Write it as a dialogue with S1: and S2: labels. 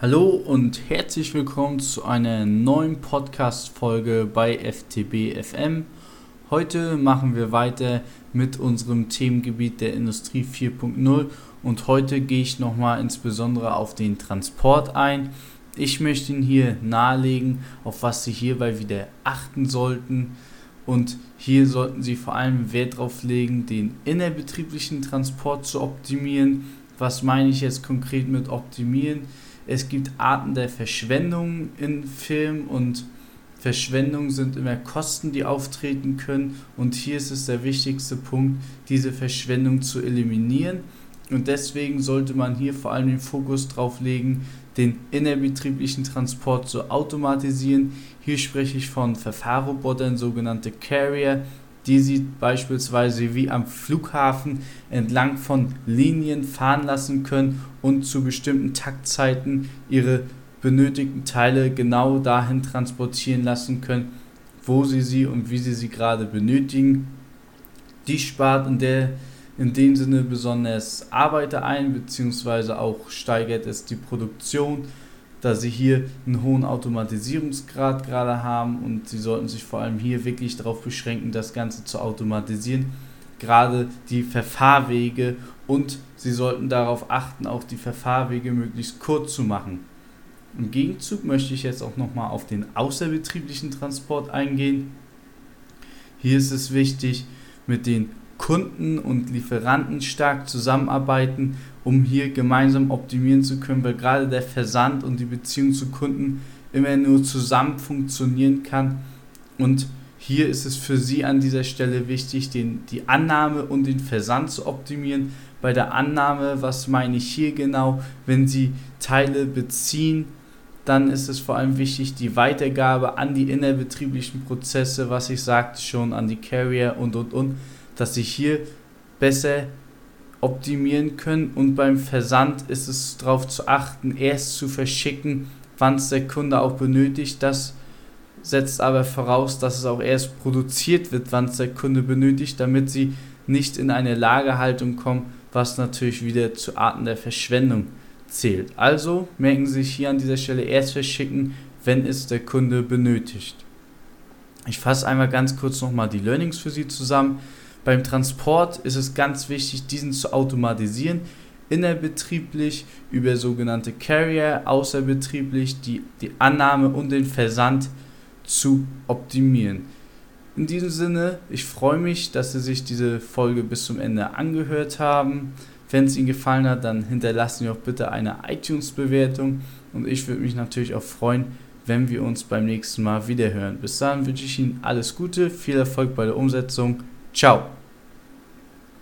S1: Hallo und herzlich willkommen zu einer neuen Podcast-Folge bei FTB FM. Heute machen wir weiter mit unserem Themengebiet der Industrie 4.0 und heute gehe ich nochmal insbesondere auf den Transport ein. Ich möchte Ihnen hier nahelegen, auf was Sie hierbei wieder achten sollten. Und hier sollten Sie vor allem Wert darauf legen, den innerbetrieblichen Transport zu optimieren. Was meine ich jetzt konkret mit optimieren? Es gibt Arten der Verschwendung in Firmen und Verschwendung sind immer Kosten, die auftreten können. Und hier ist es der wichtigste Punkt, diese Verschwendung zu eliminieren. Und deswegen sollte man hier vor allem den Fokus drauf legen, den innerbetrieblichen Transport zu automatisieren. Hier spreche ich von Verfahrrobotern, sogenannte Carrier, die Sie beispielsweise wie am Flughafen entlang von Linien fahren lassen können und zu bestimmten Taktzeiten Ihre benötigten Teile genau dahin transportieren lassen können, wo Sie sie und wie Sie sie gerade benötigen. Dies spart in dem Sinne besonders Arbeiter ein, beziehungsweise auch steigert es die Produktion, da sie hier einen hohen Automatisierungsgrad gerade haben und sie sollten sich vor allem hier wirklich darauf beschränken, das Ganze zu automatisieren, gerade die Verfahrwege, und sie sollten darauf achten, auch die Verfahrwege möglichst kurz zu machen. Im Gegenzug möchte ich jetzt auch nochmal auf den außerbetrieblichen Transport eingehen. Hier ist es wichtig, mit den Kunden und Lieferanten stark zusammenarbeiten, um hier gemeinsam optimieren zu können, weil gerade der Versand und die Beziehung zu Kunden immer nur zusammen funktionieren kann. Und hier ist es für Sie an dieser Stelle wichtig, die Annahme und den Versand zu optimieren. Bei der Annahme, was meine ich hier genau? Wenn Sie Teile beziehen, dann ist es vor allem wichtig, die Weitergabe an die innerbetrieblichen Prozesse, was ich sagte schon, an die Carrier und, dass Sie hier besser optimieren können, und beim Versand ist es darauf zu achten, erst zu verschicken, wann es der Kunde auch benötigt. Das setzt aber voraus, dass es auch erst produziert wird, wann es der Kunde benötigt, damit Sie nicht in eine Lagerhaltung kommen, was natürlich wieder zu Arten der Verschwendung zählt. Also merken Sie sich hier an dieser Stelle erst verschicken, wenn es der Kunde benötigt. Ich fasse einmal ganz kurz nochmal die Learnings für Sie zusammen. Beim Transport ist es ganz wichtig, diesen zu automatisieren, innerbetrieblich über sogenannte Carrier, außerbetrieblich die Annahme und den Versand zu optimieren. In diesem Sinne, ich freue mich, dass Sie sich diese Folge bis zum Ende angehört haben. Wenn es Ihnen gefallen hat, dann hinterlassen Sie auch bitte eine iTunes-Bewertung und ich würde mich natürlich auch freuen, wenn wir uns beim nächsten Mal wieder hören. Bis dahin wünsche ich Ihnen alles Gute, viel Erfolg bei der Umsetzung. Ciao.